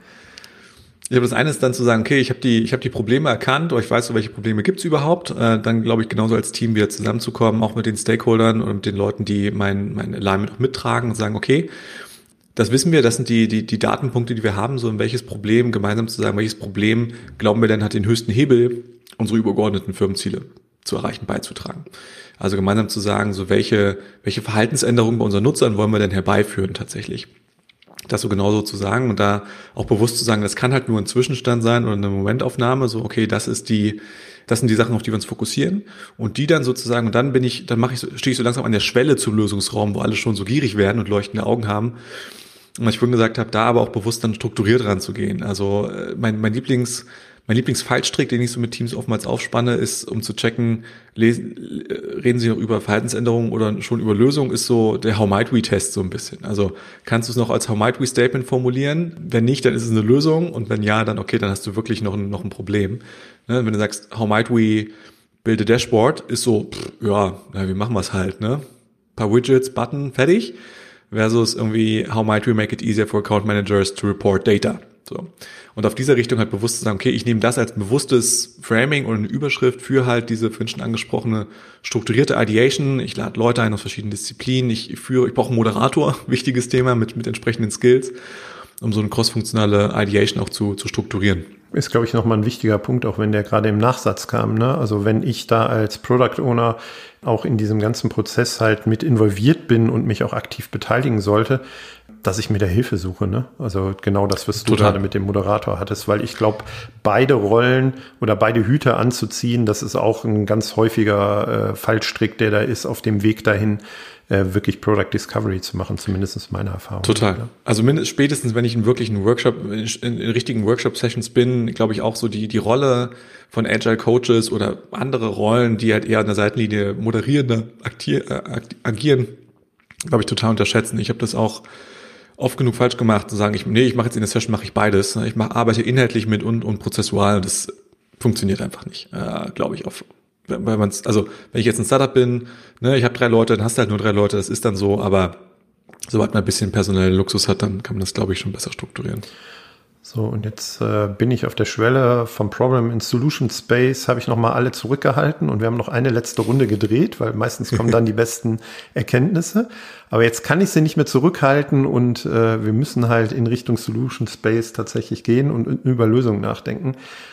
Ich glaube, das eine ist dann zu sagen, okay, ich habe die, ich habe die Probleme erkannt oder ich weiß, welche Probleme gibt's überhaupt. Äh, dann glaube ich, genauso als Team wieder zusammenzukommen, auch mit den Stakeholdern und den Leuten, die mein, mein Alignment auch mittragen und sagen, okay, das wissen wir, das sind die, die, die Datenpunkte, die wir haben, so in welches Problem, gemeinsam zu sagen, welches Problem glauben wir denn hat den höchsten Hebel, unsere übergeordneten Firmenziele zu erreichen, beizutragen. Also gemeinsam zu sagen, so welche, welche Verhaltensänderungen bei unseren Nutzern wollen wir denn herbeiführen tatsächlich. Das so genauso zu sagen und da auch bewusst zu sagen, das kann halt nur ein Zwischenstand sein oder eine Momentaufnahme, so okay, das ist die, das sind die Sachen, auf die wir uns fokussieren und die dann sozusagen, und dann bin ich, dann mache ich, stehe ich so langsam an der Schwelle zum Lösungsraum, wo alle schon so gierig werden und leuchtende Augen haben. Und was ich vorhin gesagt habe, da aber auch bewusst dann strukturiert ranzugehen. Also mein, mein Lieblings, Mein Lieblingsfallstrick, den ich so mit Teams oftmals aufspanne, ist, um zu checken, lesen, reden sie noch über Verhaltensänderungen oder schon über Lösungen, ist so der How Might We-Test so ein bisschen. Also kannst du es noch als How Might We-Statement formulieren? Wenn nicht, dann ist es eine Lösung und wenn ja, dann okay, dann hast du wirklich noch ein, noch ein Problem. Ne? Wenn du sagst, How Might We build a Dashboard, ist so, pff, ja, na, wie machen wir es halt, ne? Ein paar Widgets, Button, fertig. Versus irgendwie, How might we make it easier for account managers to report data? So. Und auf dieser Richtung halt bewusst zu sagen, okay, ich nehme das als bewusstes Framing oder eine Überschrift für halt diese vorhin schon angesprochene strukturierte Ideation. Ich lade Leute ein aus verschiedenen Disziplinen. Ich führe, ich brauche einen Moderator, wichtiges Thema mit, mit entsprechenden Skills, um so eine crossfunktionale Ideation auch zu, zu strukturieren. Ist, glaube ich, nochmal ein wichtiger Punkt, auch wenn der gerade im Nachsatz kam, ne? Also wenn ich da als Product Owner auch in diesem ganzen Prozess halt mit involviert bin und mich auch aktiv beteiligen sollte, dass ich mir da Hilfe suche, ne? Also genau das, was du Total. gerade mit dem Moderator hattest, weil ich glaube, beide Rollen oder beide Hüte anzuziehen, das ist auch ein ganz häufiger äh, Fallstrick, der da ist auf dem Weg dahin, äh, wirklich Product Discovery zu machen, zumindest ist meine Erfahrung. Total. Ja. Also mindestens spätestens, wenn ich in wirklichen Workshop, in, in, in richtigen Workshop-Sessions bin, glaube ich auch so die die Rolle von Agile Coaches oder andere Rollen, die halt eher an der Seitenlinie moderierender aktier, äh, agieren, glaube ich, total unterschätzen. Ich habe das auch oft genug falsch gemacht, zu sagen, ich, nee, ich mache jetzt in der Session, mache ich beides. Ich mache, arbeite inhaltlich mit und, und prozessual. Das funktioniert einfach nicht, äh, glaube ich, auf weil man's, also wenn ich jetzt ein Startup bin, ne, ich habe drei Leute, dann hast du halt nur drei Leute, das ist dann so, aber sobald man ein bisschen personellen Luxus hat, dann kann man das, glaube ich, schon besser strukturieren. So, und jetzt äh, bin ich auf der Schwelle vom Problem in Solution Space, habe ich nochmal alle zurückgehalten und wir haben noch eine letzte Runde gedreht, weil meistens kommen dann die besten Erkenntnisse. Aber jetzt kann ich sie nicht mehr zurückhalten und äh, wir müssen halt in Richtung Solution Space tatsächlich gehen und über Lösungen nachdenken.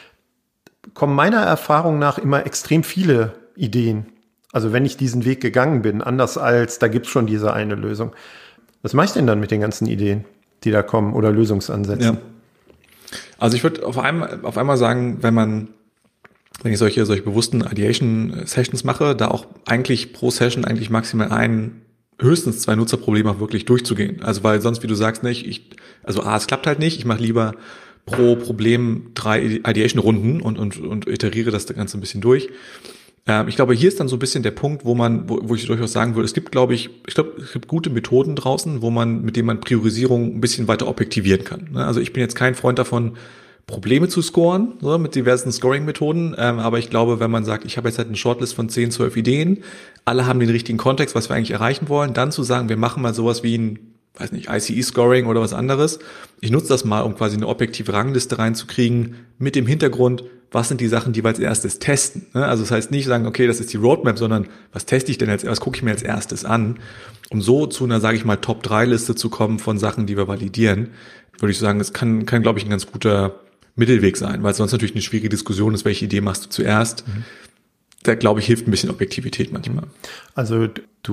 Kommen meiner Erfahrung nach immer extrem viele Ideen. Also wenn ich diesen Weg gegangen bin, anders als, da gibt's schon diese eine Lösung. Was mache ich denn dann mit den ganzen Ideen, die da kommen oder Lösungsansätze? Ja. Also ich würde auf einmal, auf einmal sagen, wenn man, wenn ich solche, solche bewussten Ideation-Sessions mache, da auch eigentlich pro Session eigentlich maximal ein, höchstens zwei Nutzerprobleme auch wirklich durchzugehen. Also weil sonst, wie du sagst, nicht, ich, also A, es klappt halt nicht, ich mache lieber pro Problem drei Ideation-Runden und, und, und iteriere das Ganze ein bisschen durch. Ähm, ich glaube, hier ist dann so ein bisschen der Punkt, wo man, wo, wo ich durchaus sagen würde, es gibt, glaube ich, ich glaube, es gibt gute Methoden draußen, wo man, mit denen man Priorisierung ein bisschen weiter objektivieren kann. Ne? Also ich bin jetzt kein Freund davon, Probleme zu scoren, so, mit diversen Scoring-Methoden, ähm, aber ich glaube, wenn man sagt, ich habe jetzt halt eine Shortlist von zehn, zwölf Ideen, alle haben den richtigen Kontext, was wir eigentlich erreichen wollen, dann zu sagen, wir machen mal sowas wie ein, weiß nicht, I C E-Scoring oder was anderes. Ich nutze das mal, um quasi eine objektive Rangliste reinzukriegen, mit dem Hintergrund, was sind die Sachen, die wir als erstes testen. Also das heißt nicht sagen, okay, das ist die Roadmap, sondern was teste ich denn als, was gucke ich mir als erstes an, um so zu einer, sage ich mal, Top drei Liste zu kommen von Sachen, die wir validieren. Würde ich sagen, es kann, kann, glaube ich, ein ganz guter Mittelweg sein, weil es sonst natürlich eine schwierige Diskussion ist, welche Idee machst du zuerst. Mhm. Da, glaube ich, hilft ein bisschen Objektivität manchmal. Also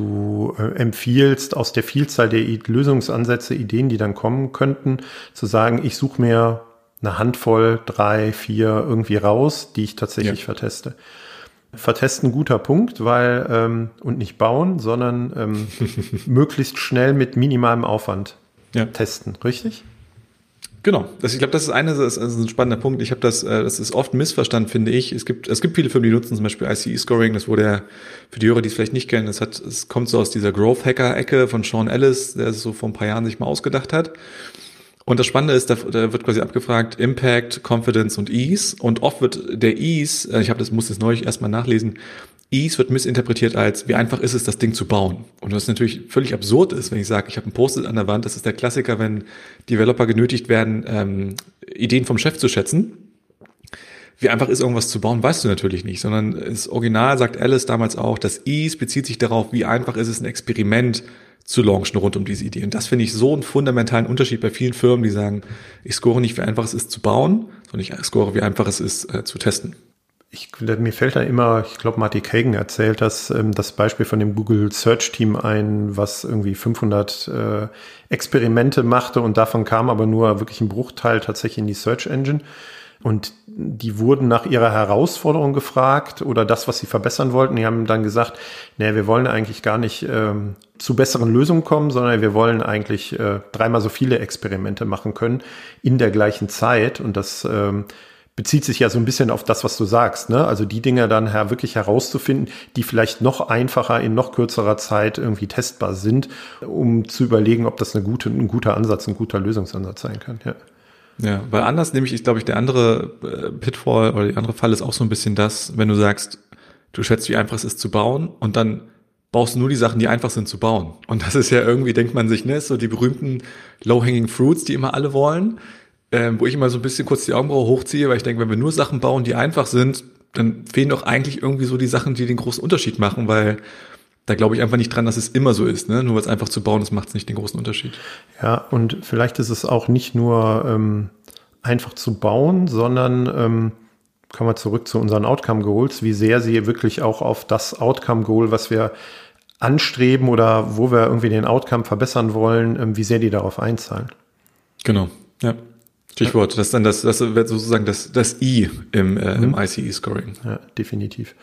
du äh, empfiehlst aus der Vielzahl der I- Lösungsansätze, Ideen, die dann kommen könnten, zu sagen, ich suche mir eine Handvoll, drei, vier irgendwie raus, die ich tatsächlich ja. verteste. Vertesten, guter Punkt, weil, ähm, und nicht bauen, sondern ähm, möglichst schnell mit minimalem Aufwand ja. testen, richtig? Genau, das, ich glaube, das ist eine, das ist ein spannender Punkt. Ich habe das, das ist oft missverstanden, finde ich. Es gibt, es gibt viele Firmen, die nutzen zum Beispiel I C E-Scoring. Das wurde ja, für die Hörer, die es vielleicht nicht kennen, das hat, es kommt so aus dieser Growth Hacker-Ecke von Sean Ellis, der es so vor ein paar Jahren sich mal ausgedacht hat. Und das Spannende ist, da, da wird quasi abgefragt Impact, Confidence und Ease. Und oft wird der Ease, ich habe das muss das neulich erstmal nachlesen, Ease wird missinterpretiert als, wie einfach ist es, das Ding zu bauen. Und was natürlich völlig absurd ist, wenn ich sage, ich habe ein Post-it an der Wand, das ist der Klassiker, wenn Developer genötigt werden, ähm, Ideen vom Chef zu schätzen. Wie einfach ist irgendwas zu bauen, weißt du natürlich nicht, sondern das Original sagt Alice damals auch, das Ease bezieht sich darauf, wie einfach ist es, ein Experiment zu launchen rund um diese Idee. Und das finde ich so einen fundamentalen Unterschied bei vielen Firmen, die sagen, ich score nicht, wie einfach es ist zu bauen, sondern ich score, wie einfach es ist äh, zu testen. Ich, mir fällt da immer, ich glaube, Marty Kagan erzählt das, ähm, das Beispiel von dem Google Search Team ein, was irgendwie fünfhundert äh, Experimente machte und davon kam aber nur wirklich ein Bruchteil tatsächlich in die Search Engine. Und die wurden nach ihrer Herausforderung gefragt oder das, was sie verbessern wollten. Die haben dann gesagt, nee, wir wollen eigentlich gar nicht ähm, zu besseren Lösungen kommen, sondern wir wollen eigentlich äh, dreimal so viele Experimente machen können in der gleichen Zeit. Und das ähm, bezieht sich ja so ein bisschen auf das, was du sagst, ne? Also die Dinge dann her- wirklich herauszufinden, die vielleicht noch einfacher in noch kürzerer Zeit irgendwie testbar sind, um zu überlegen, ob das eine gute, ein guter Ansatz, ein guter Lösungsansatz sein kann. Ja. Ja, weil anders nämlich ist, glaube ich, der andere äh, Pitfall oder der andere Fall ist auch so ein bisschen das, wenn du sagst, du schätzt, wie einfach es ist zu bauen und dann baust du nur die Sachen, die einfach sind zu bauen. Und das ist ja irgendwie, denkt man sich, ne, so die berühmten Low-Hanging Fruits, die immer alle wollen, ähm, wo ich immer so ein bisschen kurz die Augenbraue hochziehe, weil ich denke, wenn wir nur Sachen bauen, die einfach sind, dann fehlen doch eigentlich irgendwie so die Sachen, die den großen Unterschied machen, weil da glaube ich einfach nicht dran, dass es immer so ist, ne? Nur weil es einfach zu bauen ist, macht es nicht den großen Unterschied. Ja, und vielleicht ist es auch nicht nur ähm, einfach zu bauen, sondern ähm, kommen wir zurück zu unseren Outcome Goals, wie sehr sie wirklich auch auf das Outcome Goal, was wir anstreben oder wo wir irgendwie den Outcome verbessern wollen, ähm, wie sehr die darauf einzahlen. Genau, ja. Stichwort, das ist dann das, das wird sozusagen das, das I im, äh, mhm. im I C E-Scoring. Ja, definitiv.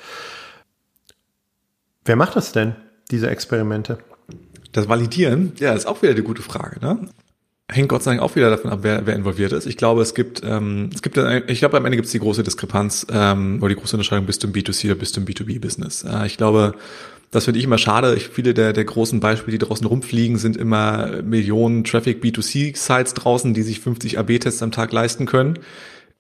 Wer macht das denn, diese Experimente? Das Validieren, ja, ist auch wieder eine gute Frage, ne? Hängt Gott sei Dank auch wieder davon ab, wer, wer involviert ist. Ich glaube, es gibt, ähm, es gibt, ich glaube, am Ende gibt es die große Diskrepanz ähm, oder die große Unterscheidung, bist du im B zwei C oder bist du im B zwei B-Business. Äh, ich glaube, das finde ich immer schade. Ich, viele der, der großen Beispiele, die draußen rumfliegen, sind immer Millionen Traffic B zwei C-Sites draußen, die sich fünfzig A B-Tests am Tag leisten können.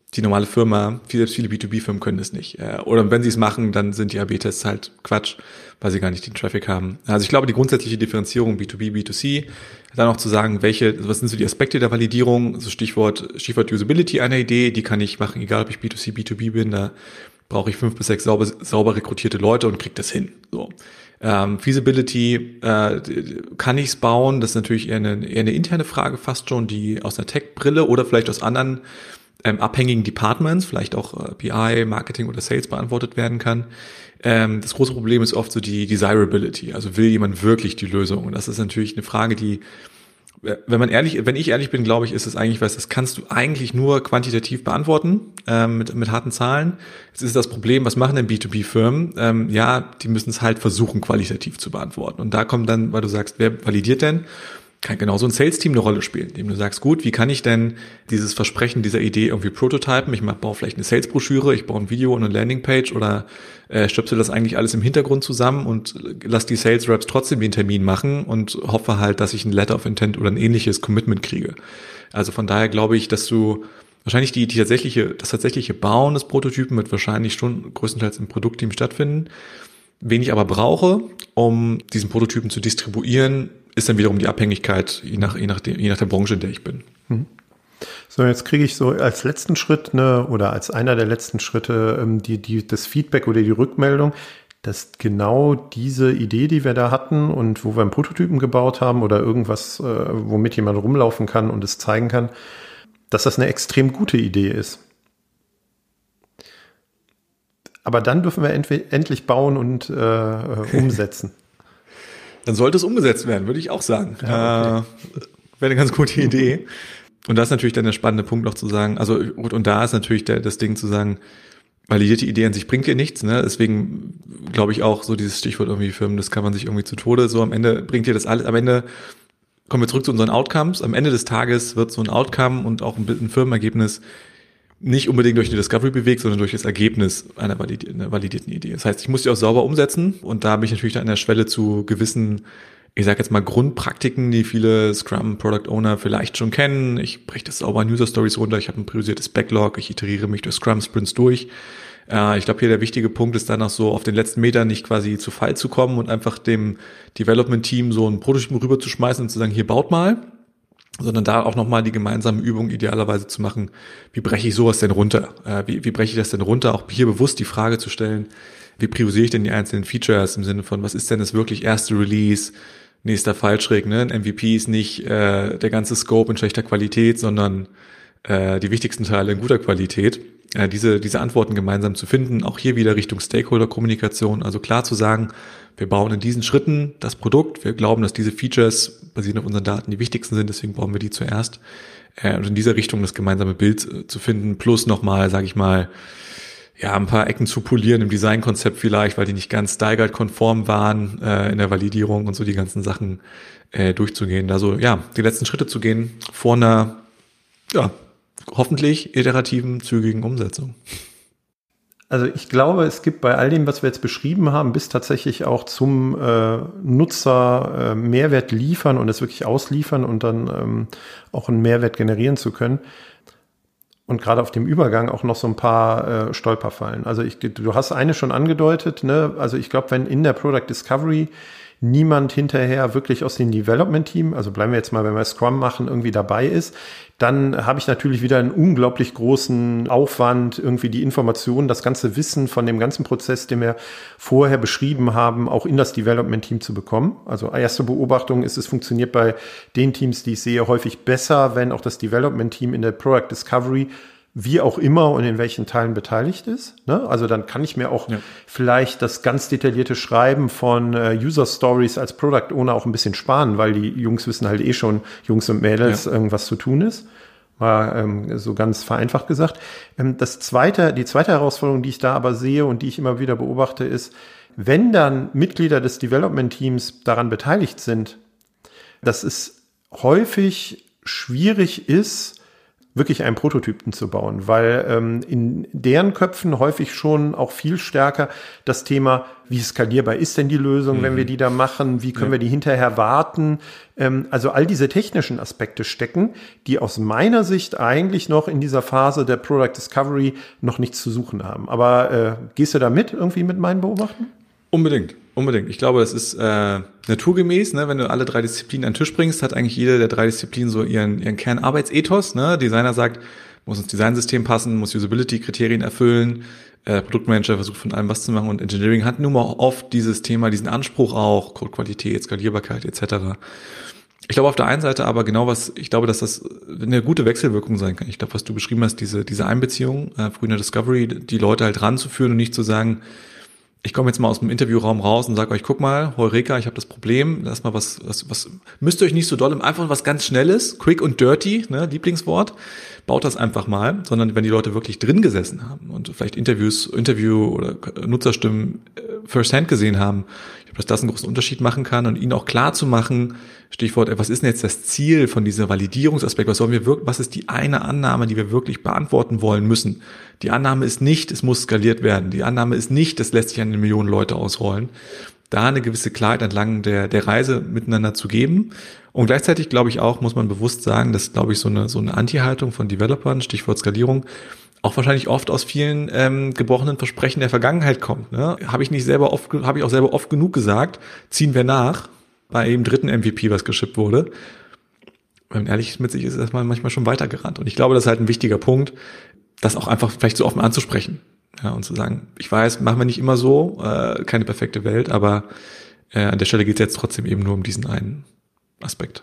die normale Firma, viele, viele B zwei B-Firmen können das nicht. Oder wenn sie es machen, dann sind die A B Tests halt Quatsch, weil sie gar nicht den Traffic haben. Also ich glaube, die grundsätzliche Differenzierung B zwei B, B zwei C, dann auch zu sagen, welche, was sind so die Aspekte der Validierung, also Stichwort, Stichwort Usability einer Idee, die kann ich machen, egal ob ich B zwei C, B zwei B bin, da brauche ich fünf bis sechs sauber, sauber rekrutierte Leute und kriege das hin. So. Ähm, Feasibility, äh, kann ich's bauen? Das ist natürlich eher eine, eher eine interne Frage fast schon, die aus einer Tech-Brille oder vielleicht aus anderen ähm, abhängigen Departments, vielleicht auch äh, B I, Marketing oder Sales beantwortet werden kann. Ähm, das große Problem ist oft so die Desirability, also will jemand wirklich die Lösung? Und das ist natürlich eine Frage, die, wenn man ehrlich, wenn ich ehrlich bin, glaube ich, ist es eigentlich was, das kannst du eigentlich nur quantitativ beantworten, ähm, mit, mit harten Zahlen. Jetzt ist das Problem, was machen denn B zwei B-Firmen? Ähm, ja, die müssen es halt versuchen, qualitativ zu beantworten. Und da kommt dann, weil du sagst, wer validiert denn? Kann genauso ein Sales-Team eine Rolle spielen, indem du sagst, gut, wie kann ich denn dieses Versprechen dieser Idee irgendwie prototypen? Ich baue vielleicht eine Sales-Broschüre, ich baue ein Video und eine Landingpage oder äh, stöpsel das eigentlich alles im Hintergrund zusammen und lass die Sales-Reps trotzdem den Termin machen und hoffe halt, dass ich ein Letter of Intent oder ein ähnliches Commitment kriege. Also von daher glaube ich, dass du wahrscheinlich die, die tatsächliche, das tatsächliche Bauen des Prototypen wird wahrscheinlich schon größtenteils im Produktteam stattfinden. Wen ich aber brauche, um diesen Prototypen zu distribuieren, ist dann wiederum die Abhängigkeit, je nach, je nach, je nach der Branche, in der ich bin. So, jetzt kriege ich so als letzten Schritt, ne, oder als einer der letzten Schritte, die, die, das Feedback oder die Rückmeldung, dass genau diese Idee, die wir da hatten und wo wir einen Prototypen gebaut haben oder irgendwas, womit jemand rumlaufen kann und es zeigen kann, dass das eine extrem gute Idee ist. Aber dann dürfen wir entweder endlich bauen und äh, umsetzen. Dann sollte es umgesetzt werden, würde ich auch sagen. Ja, okay. äh, wäre eine ganz gute Idee. Und das ist natürlich dann der spannende Punkt noch zu sagen, also und, und da ist natürlich der, das Ding zu sagen, validierte Idee an sich bringt dir nichts, ne? Deswegen glaube ich auch so dieses Stichwort irgendwie Firmen, das kann man sich irgendwie zu Tode, so am Ende bringt dir das alles, am Ende kommen wir zurück zu unseren Outcomes, am Ende des Tages wird so ein Outcome und auch ein, ein Firmenergebnis nicht unbedingt durch die Discovery bewegt, sondern durch das Ergebnis einer, validi- einer validierten Idee. Das heißt, ich muss die auch sauber umsetzen und da bin ich natürlich an der Schwelle zu gewissen, ich sage jetzt mal Grundpraktiken, die viele Scrum Product Owner vielleicht schon kennen. Ich breche das sauber in User Stories runter, ich habe ein priorisiertes Backlog, ich iteriere mich durch Scrum Sprints durch. Äh, ich glaube, hier der wichtige Punkt ist dann auch so, auf den letzten Metern nicht quasi zu Fall zu kommen und einfach dem Development Team so ein Prototypen rüberzuschmeißen und zu sagen, hier baut mal, sondern da auch nochmal die gemeinsame Übung idealerweise zu machen, wie breche ich sowas denn runter? Äh, wie, wie breche ich das denn runter? Auch hier bewusst die Frage zu stellen, wie priorisiere ich denn die einzelnen Features im Sinne von, was ist denn das wirklich erste Release, nächster Fallschräg, ne? Ein M V P ist nicht äh, der ganze Scope in schlechter Qualität, sondern äh, die wichtigsten Teile in guter Qualität. Äh, diese, diese Antworten gemeinsam zu finden, auch hier wieder Richtung Stakeholder-Kommunikation, also klar zu sagen, wir bauen in diesen Schritten das Produkt, wir glauben, dass diese Features basierend auf unseren Daten die wichtigsten sind, deswegen bauen wir die zuerst. Äh, und in dieser Richtung das gemeinsame Bild äh, zu finden, plus nochmal, sage ich mal, ja, ein paar Ecken zu polieren im Designkonzept vielleicht, weil die nicht ganz Steigerdt-konform waren äh, in der Validierung und so die ganzen Sachen äh, durchzugehen. Also ja, die letzten Schritte zu gehen vor einer, ja, hoffentlich iterativen, zügigen Umsetzung. Also ich glaube, es gibt bei all dem, was wir jetzt beschrieben haben, bis tatsächlich auch zum äh, Nutzer äh, Mehrwert liefern und es wirklich ausliefern und dann ähm, auch einen Mehrwert generieren zu können. Und gerade auf dem Übergang auch noch so ein paar äh, Stolperfallen. Also ich, du hast eine schon angedeutet, ne? Also ich glaube, wenn in der Product Discovery niemand hinterher wirklich aus dem Development-Team, also bleiben wir jetzt mal, wenn wir Scrum machen, irgendwie dabei ist, dann habe ich natürlich wieder einen unglaublich großen Aufwand, irgendwie die Informationen, das ganze Wissen von dem ganzen Prozess, den wir vorher beschrieben haben, auch in das Development-Team zu bekommen. Also erste Beobachtung ist, es funktioniert bei den Teams, die ich sehe, häufig besser, wenn auch das Development-Team in der Product Discovery wie auch immer und in welchen Teilen beteiligt ist. Ne? Also dann kann ich mir auch ja. vielleicht das ganz detaillierte Schreiben von äh, User Stories als Product Owner auch ein bisschen sparen, weil die Jungs wissen halt eh schon, Jungs und Mädels, ja. irgendwas zu tun ist. Mal ähm, so ganz vereinfacht gesagt. Ähm, das zweite, die zweite Herausforderung, die ich da aber sehe und die ich immer wieder beobachte, ist, wenn dann Mitglieder des Development Teams daran beteiligt sind, dass es häufig schwierig ist, wirklich einen Prototypen zu bauen, weil ähm, in deren Köpfen häufig schon auch viel stärker das Thema, wie skalierbar ist denn die Lösung, mhm. wenn wir die da machen, wie können ja. wir die hinterher warten, ähm, also all diese technischen Aspekte stecken, die aus meiner Sicht eigentlich noch in dieser Phase der Product Discovery noch nichts zu suchen haben. Aber äh, gehst du da mit, irgendwie mit meinen Beobachten? Unbedingt, unbedingt. Ich glaube, das ist äh, naturgemäß, ne? Wenn du alle drei Disziplinen an den Tisch bringst, hat eigentlich jede der drei Disziplinen so ihren, ihren Kernarbeitsethos. Ne? Designer sagt, muss ins Designsystem passen, muss Usability-Kriterien erfüllen. Äh, Produktmanager versucht von allem was zu machen und Engineering hat nun mal oft dieses Thema, diesen Anspruch auch, Codequalität, Skalierbarkeit et cetera. Ich glaube auf der einen Seite aber genau was, ich glaube, dass das eine gute Wechselwirkung sein kann. Ich glaube, was du beschrieben hast, diese diese Einbeziehung, äh, früh in der Discovery, die Leute halt ranzuführen und nicht zu sagen, ich komme jetzt mal aus dem Interviewraum raus und sage euch, guck mal, Heureka, ich habe das Problem, lass mal was, was, was, müsst ihr euch nicht so doll, einfach was ganz Schnelles, quick und dirty, ne, Lieblingswort, baut das einfach mal, sondern wenn die Leute wirklich drin gesessen haben und vielleicht Interviews, Interview oder Nutzerstimmen firsthand gesehen haben, ich glaube, dass das einen großen Unterschied machen kann und ihnen auch klar zu machen, Stichwort, was ist denn jetzt das Ziel von dieser Validierungsaspekt, was sollen wir wirklich, was ist die eine Annahme, die wir wirklich beantworten wollen müssen? Die Annahme ist nicht, es muss skaliert werden. Die Annahme ist nicht, es lässt sich an eine Million Leute ausrollen. Da eine gewisse Klarheit entlang der, der Reise miteinander zu geben. Und gleichzeitig, glaube ich auch, muss man bewusst sagen, dass, glaube ich, so eine, so eine Anti-Haltung von Developern, Stichwort Skalierung, auch wahrscheinlich oft aus vielen ähm, gebrochenen Versprechen der Vergangenheit kommt. Ne? Habe ich nicht selber oft, habe ich auch selber oft genug gesagt, ziehen wir nach bei jedem dritten M V P, was geschippt wurde. Wenn man ehrlich mit sich ist, ist man manchmal schon weitergerannt. Und ich glaube, das ist halt ein wichtiger Punkt, das auch einfach vielleicht so offen anzusprechen. Ja, und zu sagen, ich weiß, machen wir nicht immer so, äh, keine perfekte Welt, aber äh, an der Stelle geht es jetzt trotzdem eben nur um diesen einen Aspekt.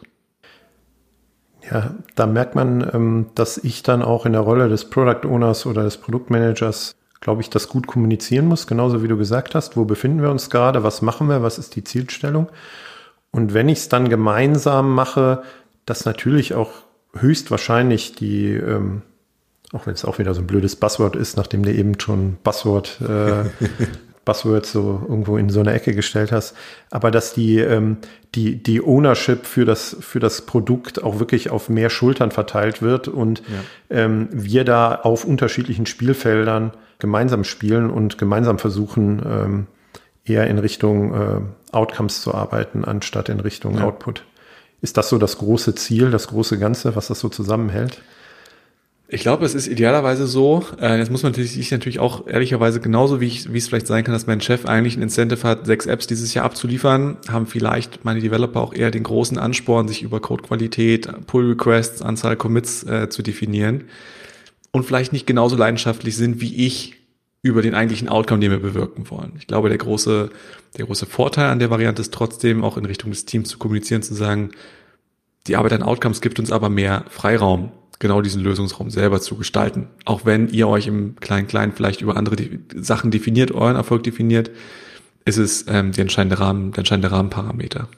Ja, da merkt man, ähm, dass ich dann auch in der Rolle des Product Owners oder des Produktmanagers, glaube ich, das gut kommunizieren muss, genauso wie du gesagt hast, wo befinden wir uns gerade, was machen wir, was ist die Zielstellung. Und wenn ich es dann gemeinsam mache, dass natürlich auch höchstwahrscheinlich die, ähm, auch wenn es auch wieder so ein blödes Buzzword ist, nachdem du eben schon Buzzword, äh, Buzzword so irgendwo in so eine Ecke gestellt hast, aber dass die, ähm, die, die Ownership für das, für das Produkt auch wirklich auf mehr Schultern verteilt wird und ja. ähm, wir da auf unterschiedlichen Spielfeldern gemeinsam spielen und gemeinsam versuchen, ähm, eher in Richtung äh, Outcomes zu arbeiten, anstatt in Richtung ja. Output. Ist das so das große Ziel, das große Ganze, was das so zusammenhält? Ich glaube, es ist idealerweise so, äh, jetzt muss man natürlich, ich natürlich auch ehrlicherweise genauso, wie ich, wie es vielleicht sein kann, dass mein Chef eigentlich ein Incentive hat, sechs Apps dieses Jahr abzuliefern, haben vielleicht meine Developer auch eher den großen Ansporn, sich über Codequalität, Pull-Requests, Anzahl Commits äh, zu definieren und vielleicht nicht genauso leidenschaftlich sind, wie ich über den eigentlichen Outcome, den wir bewirken wollen. Ich glaube, der große, der große Vorteil an der Variante ist trotzdem, auch in Richtung des Teams zu kommunizieren, zu sagen, die Arbeit an Outcomes gibt uns aber mehr Freiraum, genau diesen Lösungsraum selber zu gestalten. Auch wenn ihr euch im Klein-Klein vielleicht über andere De- Sachen definiert, euren Erfolg definiert, ist es ähm, der entscheidende Rahmen, der entscheidende Rahmenparameter.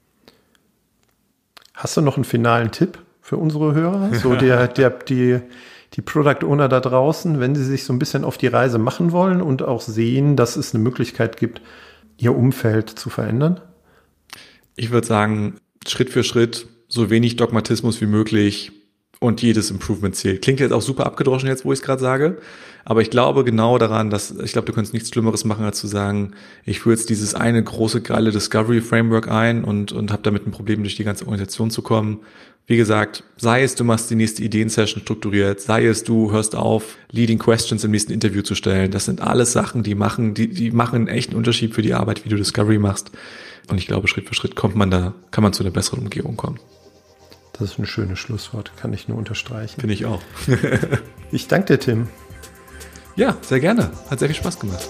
Hast du noch einen finalen Tipp für unsere Hörer? So der, der, die, die Product Owner da draußen, wenn sie sich so ein bisschen auf die Reise machen wollen und auch sehen, dass es eine Möglichkeit gibt, ihr Umfeld zu verändern? Ich würde sagen, Schritt für Schritt, so wenig Dogmatismus wie möglich und jedes Improvement zählt. Klingt jetzt auch super abgedroschen jetzt, wo ich es gerade sage, aber ich glaube genau daran, dass, ich glaube, du könntest nichts Schlimmeres machen, als zu sagen, ich führe jetzt dieses eine große, geile Discovery-Framework ein und, und habe damit ein Problem, durch die ganze Organisation zu kommen. Wie gesagt, sei es, du machst die nächste Ideensession strukturiert, sei es, du hörst auf, Leading Questions im nächsten Interview zu stellen. Das sind alles Sachen, die machen, die, die machen einen echten Unterschied für die Arbeit, wie du Discovery machst. Und ich glaube, Schritt für Schritt kommt man da, kann man zu einer besseren Umgebung kommen. Das ist ein schönes Schlusswort, kann ich nur unterstreichen. Finde ich auch. Ich danke dir, Tim. Ja, sehr gerne. Hat sehr viel Spaß gemacht.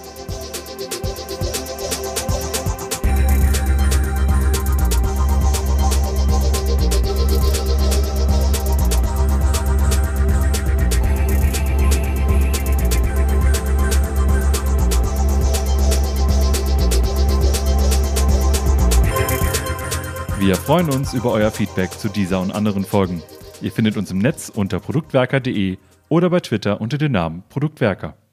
Wir freuen uns über euer Feedback zu dieser und anderen Folgen. Ihr findet uns im Netz unter produktwerker punkt de oder bei Twitter unter dem Namen Produktwerker.